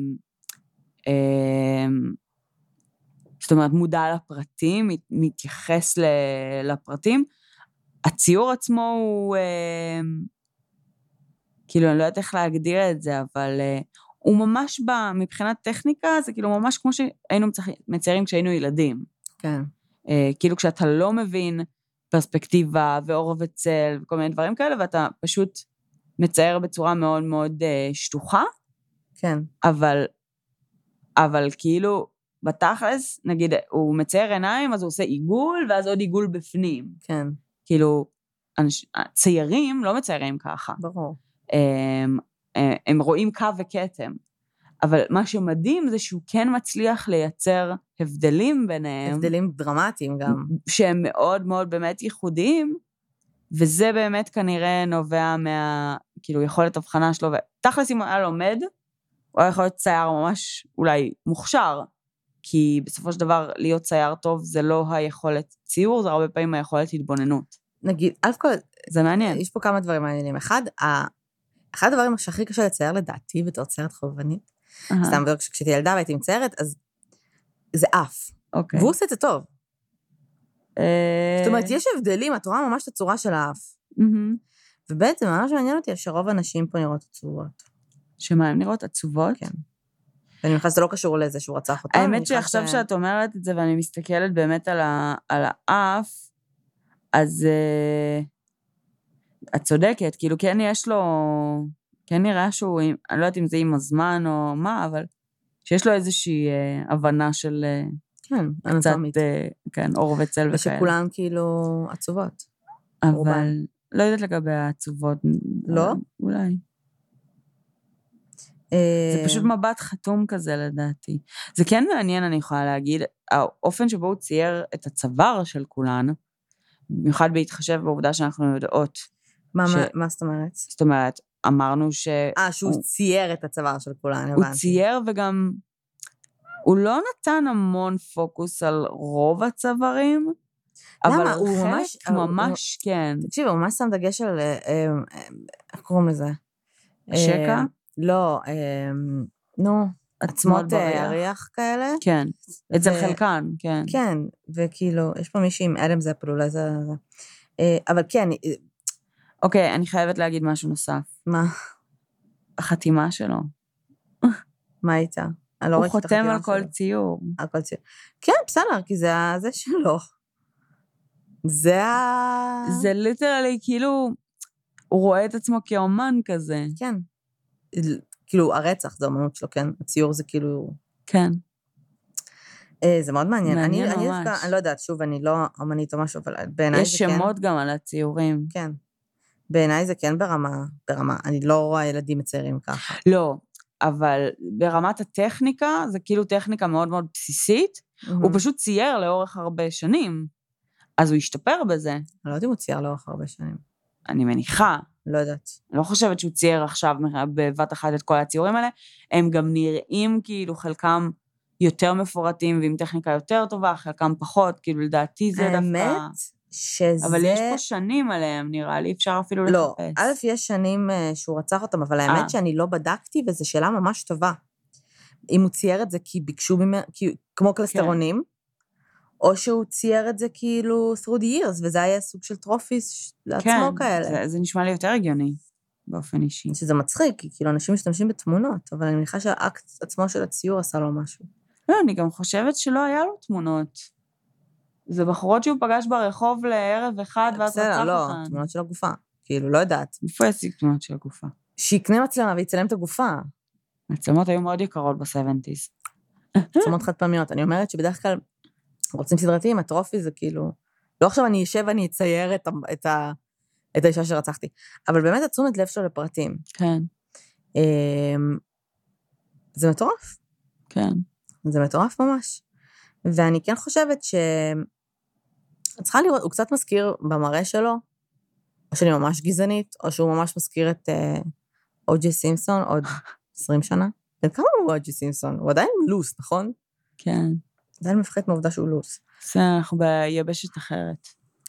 זאת אומרת, מודע לפרטים, מתייחס לפרטים. הציור עצמו הוא, כאילו, אני לא יודעת איך להגדיר את זה, אבל הוא ממש מבחינת טכניקה, זה כאילו ממש כמו שהיינו מציירים כשהיינו ילדים. כן. כאילו, כשאתה לא מבין פרספקטיבה ואור וצל וכל מיני דברים כאלה, ואתה פשוט מצייר בצורה מאוד מאוד שטוחה. כן. אבל כאילו, בתכלס, נגיד, הוא מצייר עיניים, אז הוא עושה עיגול, ואז עוד עיגול בפנים. כן. כאילו, ציירים לא מציירים ככה. ברור. הם רואים קו וכתם. אבל מה שמדהים זה שהוא כן מצליח לייצר הבדלים ביניהם. הבדלים דרמטיים גם. שהם מאוד מאוד באמת ייחודיים, וזה באמת כנראה נובע כאילו, יכולת הבחנה שלו, ותכלס אם הוא היה לומד, הוא היה יכול להיות צייר ממש אולי מוכשר, כי בסופו של דבר להיות צייר טוב זה לא היכולת ציור, זה הרבה פעמים היכולת התבוננות. נגיד, אלף כל... זה מעניין. יש פה כמה דברים מעניינים. אחד הדברים שהכי קשה לצייר לדעתי בתור ציירת חובבנית, סתם כשהייתי ילדה והייתי מציירת, אז זה אף. אוקיי. והוא עושה את זה טוב. זאת אומרת, יש הבדלים, את רואה ממש את הצורה של האף. ובעצם, ממש מעניין אותי, שרוב האנשים פה נראות עצובות. שמה, הם נראות עצובות? כן. ואני מניחה שזה לא קשור לזה שהוא רצח אותם. האמת שעכשיו שאת אומרת את זה, ואני מסתכלת באמת על האף, אז את צודקת, כאילו כן יש לו, כן נראה שהוא, אני לא יודעת אם זה עם הזמן או מה, אבל שיש לו איזושהי הבנה של כן, קצת, כן, אור וצל וכאלה. ושכולם כאילו עצובות. אבל לא יודעת לגבי העצובות. לא? אולי. זה פשוט מבט חתום כזה לדעתי. זה כן מעניין, אני יכולה להגיד, האופן שבו הוא צייר את הצוואר של כולן, במיוחד בהתחשב בעובדה שאנחנו יודעות. מה זאת אומרת? זאת אומרת, אמרנו שהוא צייר את הצוואר של כולן, הוא צייר וגם, הוא לא נתן המון פוקוס על רוב הצווארים, אבל חלק ממש כן. תקשיב, הוא ממש שם דגש על, איך קוראים לזה? שקע? לא, עצמות הריח כאלה. כן, אצל חלקן, כן. כן, וכאילו, יש פה מישהי עם אדם זפל, אולי זה... אבל כן. אוקיי, אני חייבת להגיד משהו נוסף. מה? החתימה שלו. מה הייתה? הוא חותם על כל ציור. על כל ציור. כן, בסדר, כי זה שלו. זה ליטרלי, כאילו, הוא רואה את עצמו כאומן כזה. כן. כאילו, הרצח זה אומנות שלו, כן? הציור זה כאילו... כן. זה מאוד מעניין. מעניין ממש. אני לא יודעת, שוב, אני לא אומנית או משהו, אבל בעיניי זה כן... יש שמות גם על הציורים. כן. בעיניי זה כן ברמה. אני לא רואה ילדים מציירים ככה. לא, אבל ברמת הטכניקה, זה כאילו טכניקה מאוד מאוד בסיסית, הוא פשוט צייר לאורך הרבה שנים, אז הוא השתפר בזה. אני לא יודעת אם הוא צייר לאורך הרבה שנים. אני מניחה. לא יודעת. אני לא חושבת שהוא צייר עכשיו בבת אחת את כל הציורים האלה, הם גם נראים כאילו חלקם יותר מפורטים, ועם טכניקה יותר טובה, חלקם פחות, כאילו לדעתי זה דווקא... האמת, שזה... אבל יש פה שנים עליהם, נראה לי, אפשר אפילו לחפש. לא, א', יש שנים שהוא רצח אותם, אבל האמת שאני לא בדקתי, וזו שאלה ממש טובה. אם הוא צייר את זה כי ביקשו ממנו, כמו קלסטרונים, או שהוא צייר את זה כאילו through the years, וזה היה סוג של טרופיס לעצמו כאלה. כן, זה נשמע לי יותר הגיוני, באופן אישי. שזה מצחיק, כי כאילו אנשים משתמשים בתמונות, אבל אני מניחה שהאקט עצמו של הציור עשה לו משהו. לא, אני גם חושבת שלא היה לו תמונות. זה בחורות שהוא פגש ברחוב לערב אחד, ואז רצח אותן. לא, תמונות של הגופה. כאילו, לא יודעת. איפה ישיג תמונות של הגופה? שיקנה מצלמה ויצלם את הגופה. מצלמות היו מאוד יקרות ב-70s. מצלמות חד פעמיות. אני אומרת שבדרך כלל רוצים סדרתיים, הטרופי זה כאילו... לא עכשיו אני אשב ואני אצייר את האישה שרצחתי. אבל באמת התשומת לב שלו לפרטים. כן. זה מטורף. כן. זה מטורף ממש. ואני כן חושבת צריכה לראות, הוא קצת מזכיר במראה שלו, או שאני ממש גזענית, או שהוא ממש מזכיר את אוג'י סימפסון עוד 20 שנה. כמה הוא אוג'י סימפסון? הוא עדיין לוס, נכון? כן. עדיין מפחד מהעובדה שהוא לוס. זה, אנחנו ביבשת אחרת.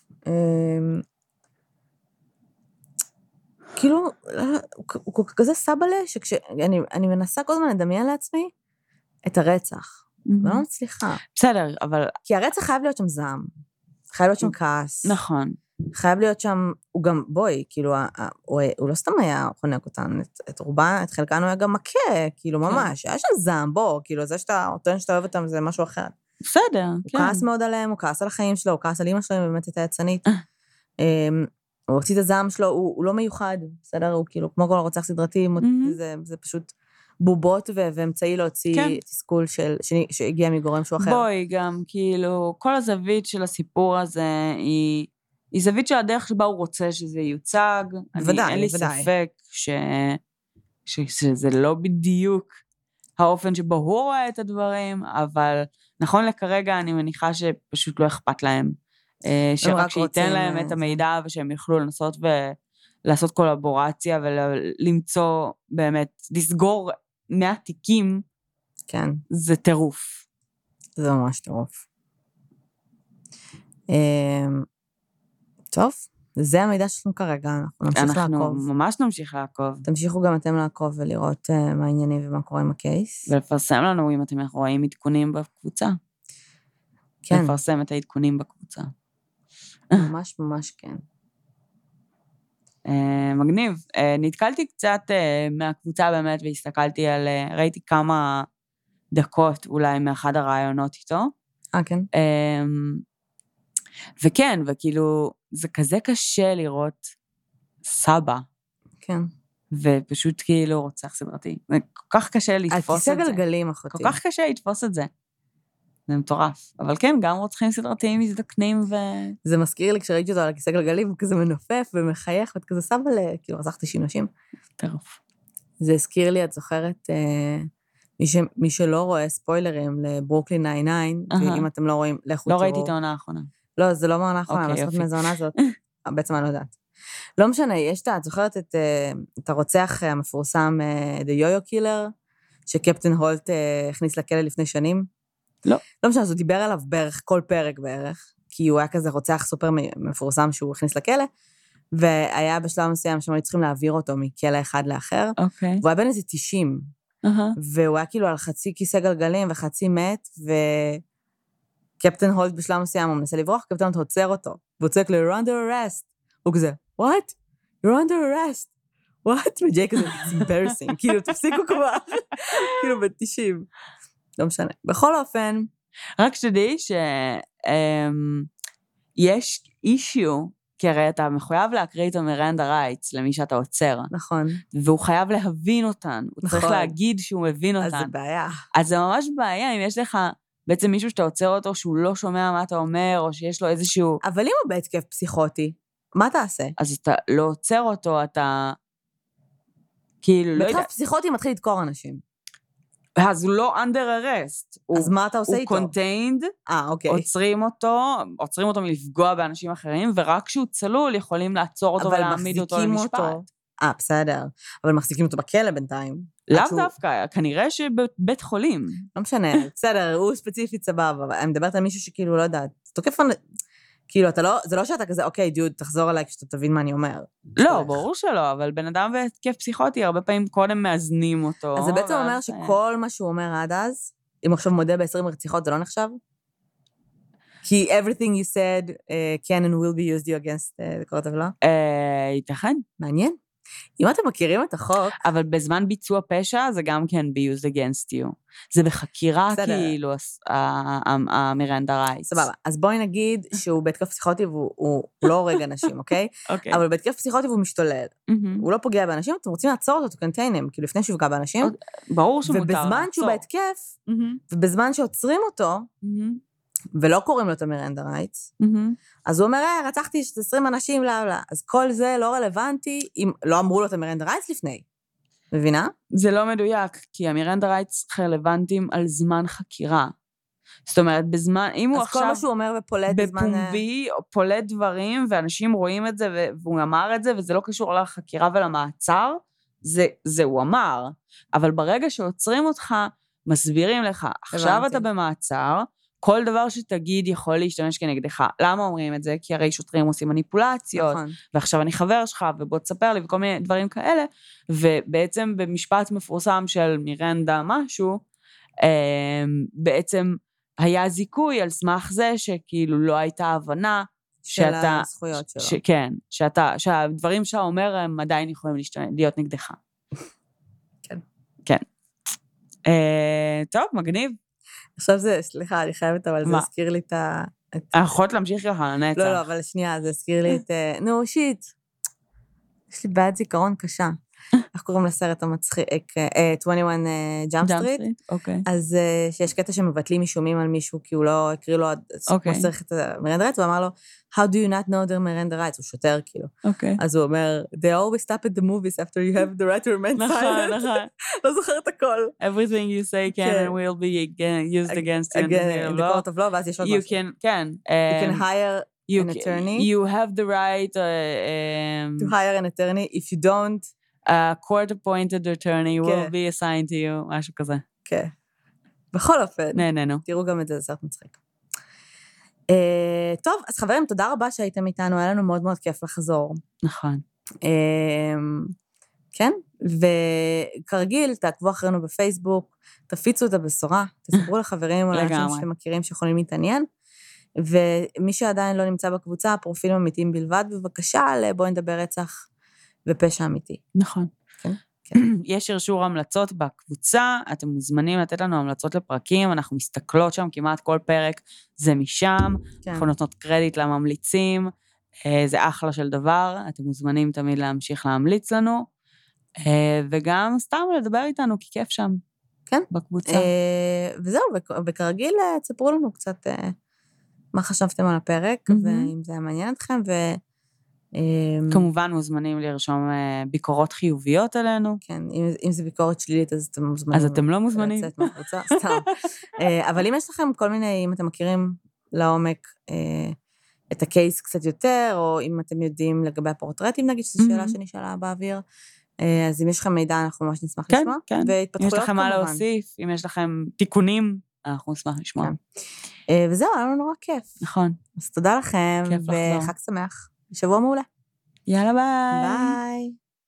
כאילו, הוא כזה סבלה, שכשאני מנסה כל הזמן לדמיין לעצמי את הרצח. ולא מצליחה. בסדר, אבל... כי הרצח חייב להיות שם זעם. חייב להיות שם כעס. נכון. חייב להיות שם, הוא גם, בואי, כאילו, הוא לא סתם היה חונק אותן, את רובן, את חלקן הוא היה גם מכה, כאילו, ממש, היה שם זעם, בוא, כאילו, זה שאתה אוהב אותם זה משהו אחר. בסדר, כן. הוא כעס מאוד עליהם, הוא כעס על החיים שלו, הוא כעס על אמא שלו, היא באמת הייתה יצנית. הוא הוציא את הזעם שלו, הוא לא מיוחד, בסדר? הוא כאילו, כמו כל רוצח סדרתי, זה פשוט בובות ואמצעי להוציא תסכול שהגיע מגורם שהוא אחר. בואי, גם, כאילו, כל הזווית של הסיפור הזה היא זווית של הדרך שבה הוא רוצה שזה יוצג. ודאי, אין לי ספק שזה לא בדיוק האופן שבו הוא רואה את הדברים, אבל נכון לכרגע אני מניחה שפשוט לא אכפת להם. שרק שייתן להם את המידע ושהם יוכלו לנסות ולעשות קולבורציה ולמצוא באמת, לסגור 100 תיקים, כן. זה טירוף. זה ממש טירוף. טוב, זה המידע שלנו כרגע, אנחנו נמשיך לעקוב. אנחנו ממש נמשיך לעקוב. תמשיכו גם אתם לעקוב ולראות מה העניינים ומה קורה עם הקייס. ולפרסם לנו אם אתם רואים עדכונים בקבוצה. כן. לפרסם את העדכונים בקבוצה. ממש ממש כן. מגניב. נתקלתי קצת מהקבוצה באמת, והסתכלתי על, ראיתי כמה דקות אולי מאחד הרעיונות איתו. כן. וכן, וכאילו, זה כזה קשה לראות סבא. כן. ופשוט כאילו רוצח סדרתי. זה כל כך קשה לתפוס את זה. על כיסא גלגלים, אחותי. כל כך קשה לתפוס את זה. זה מטורף. אבל כן, גם רוצחים סדרתיים מזדקנים זה מזכיר לי, כשראיתי אותו על הכיסא גלגלים, הוא כזה מנופף ומחייך, ואת כזה סבא כאילו, רצחתי שינשים. טירוף. זה הזכיר לי, את זוכרת, מי שלא רואה ספוילרים לברוקלין 99, ואם אתם לא רואים, לכו תראו. לא ראיתי את העונה האחרונה. לא, זה לא מהעונה האחרונה, לא זוכרת מאיזו העונה הזאת. בעצם אני לא יודעת. לא משנה, את זוכרת את הרוצח המפורסם, The Yo-Yo Killer, שקפטן הולט הכניס לכלא לפני שנים? לא. לא משנה, אז הוא דיבר עליו בערך, כל פרק בערך, כי הוא היה כזה רוצח סופר מפורסם שהוא הכניס לכלא, והיה בשלב מסוים שהם היו צריכים להעביר אותו מכלא אחד לאחר, והוא היה בין איזה 90, והוא היה כאילו על חצי כיסא גלגלים וחצי מת, וקפטן הולט בשלב מסוים, הוא מנסה לברוח, קפטן הולט עוצר אותו, והוא צועק לו, you're under arrest. הוא כזה, what? You're under arrest. what? וג'יי כזה, it's embarrassing. כאילו, תפסיקו כבר. כאילו, ב-90. לא משנה. בכל אופן... רק שתדעי שיש אישיו, כי הרי אתה מחויב להקריא את מירנדה רייטס למי שאתה עוצר. נכון. והוא חייב להבין אותן. הוא צריך להגיד שהוא מבין אותן. אז זה בעיה. אז זה ממש בעיה, אם יש לך בעצם מישהו שאתה עוצר אותו, שהוא לא שומע מה אתה אומר, או שיש לו איזשהו... אבל אם הוא בהתקף פסיכוטי, מה תעשה? אז אתה לא עוצר אותו, אתה... כאילו, לא יודע... בהתקף פסיכוטי מתחיל לדקור אנשים. אז הוא לא under arrest. אז מה אתה עושה איתו? הוא contained, אוקיי. עוצרים אותו מלפגוע באנשים אחרים, ורק כשהוא צלול יכולים לעצור אותו ולהעמיד אותו למשפט. בסדר. אבל מחזיקים אותו בכלא בינתיים. לאו דווקא, כנראה שבבית חולים. לא משנה, בסדר, הוא ספציפית סבבה, אבל אני מדברת על מישהו שכאילו, לא יודעת, תוקף... כאילו, זה לא שאתה כזה, אוקיי, דיוד, תחזור עליי כשאתה תבין מה אני אומר. לא, ברור שלא, אבל בן אדם בהתקף פסיכוטי, הרבה פעמים קודם מאזנים אותו. אז זה בעצם אומר שכל מה שהוא אומר עד אז, אם עכשיו מודה ב-20 רציחות, זה לא נחשב? כי everything you said can and will be used you against the court of law? ייתכן. מעניין. אם אתם מכירים את החוק... אבל בזמן ביצוע פשע זה גם כן be used against you. זה בחקירה כאילו, המירנדה רייטס. סבבה. אז בואי נגיד שהוא בהתקף פסיכוטי והוא לא הורג אנשים, אוקיי? אבל בהתקף פסיכוטי והוא משתולל. הוא לא פוגע באנשים, אתם רוצים לעצור אותו, קנטיינם, כאילו לפני שהוא פגע באנשים. ברור שמותר לעצור. ובזמן שהוא בהתקף, ובזמן שעוצרים אותו, ולא קוראים לו את המירנדה רייטס, אז הוא אומר, רצחתי 20 אנשים, לא. אז כל זה לא רלוונטי, אם לא אמרו לו את המירנדה רייטס לפני. מבינה? זה לא מדויק, כי המירנדה רייטס רלוונטיים על זמן חקירה. זאת אומרת, בזמן, אם הוא עכשיו... אז כל מה שהוא אומר ופולט בזמן... בפומבי, פולט דברים, ואנשים רואים את זה, והוא אמר את זה, וזה לא קשור לחקירה ולמעצר, זה הוא אמר. אבל ברגע שעוצרים אותך, מסבירים לך, עכשיו אתה במעצר, כל דבר שתגיד יכול להשתמש כנגדך. למה אומרים את זה? כי הרי שוטרים עושים מניפולציות, ועכשיו אני חבר שלך, ובוא תספר לי, וכל מיני דברים כאלה, ובעצם במשפט מפורסם של מירנדה משהו, בעצם היה זיכוי על סמך זה שכאילו לא הייתה הבנה, של הזכויות שלו. כן, שהדברים שאתה אומר הם עדיין יכולים להיות נגדך. כן. כן. טוב, מגניב. עכשיו זה, סליחה, אני חייבת, אבל זה הזכיר לי את ה... יכולת להמשיך ככה, לנצח. לא, אבל שנייה, זה הזכיר לי את... נו, שיט. יש לי בעיית זיכרון קשה. איך קוראים לסרט המצחיק? 21 Jump Street. אז שיש קטע שמבטלים אישומים על מישהו, כי הוא לא הקריא לו, הוא צריך את המירנדה רייטס, הוא אמר לו, how do you not know the מירנדה רייטס? הוא שוטר, כאילו. אז הוא אומר, they always stop at the movies after you have the right to remain silent. נכון. לא זוכר את הכל. Everything you say can and will be used against you in the court of law, ואז יש עוד משהו. כן. You can hire an attorney. You have the right to hire an attorney. If you don't, a court-appointed attorney will be assigned to you, משהו כזה. כן. בכל אופן. נהננו. תראו גם את זה, סרט מצחיק. טוב, אז חברים, תודה רבה שהייתם איתנו, היה לנו מאוד מאוד כיף לחזור. נכון. כן, וכרגיל, תעקבו אחרינו בפייסבוק, תפיצו את הבשורה, תספרו לחברים או לאנשים שאתם מכירים שיכולים להתעניין, ומי שעדיין לא נמצא בקבוצה, פרופילים אמיתיים בלבד, בבקשה, בואו נדבר רצח ופשע אמיתי. נכון. יש שרשור המלצות בקבוצה, אתם מוזמנים לתת לנו המלצות לפרקים, אנחנו מסתכלות שם כמעט כל פרק, זה משם, אנחנו נותנות קרדיט לממליצים, זה אחלה של דבר, אתם מוזמנים תמיד להמשיך להמליץ לנו, וגם סתם לדבר איתנו, כי כיף שם. כן. בקבוצה. וזהו, וכרגיל תספרו לנו קצת מה חשבתם על הפרק, ואם זה היה מעניין אתכם, כמובן מוזמנים לרשום ביקורות חיוביות עלינו. כן, אם זה ביקורת שלילית, אז אתם מוזמנים. אז אתם לא מוזמנים. לצאת מהקבוצה, סתם. אבל אם יש לכם כל מיני, אם אתם מכירים לעומק את הקייס קצת יותר, או אם אתם יודעים לגבי הפורטרטים, נגיד, שזו שאלה שנשאלה באוויר, אז אם יש לכם מידע, אנחנו ממש נשמח לשמוע. כן, כן. אם יש לכם מה להוסיף, אם יש לכם תיקונים, אנחנו נשמח לשמוע. וזהו, היה לנו נורא כיף. נכון. אז תודה לכם, וחג שמח. שבוע מעולה. יאללה ביי. ביי.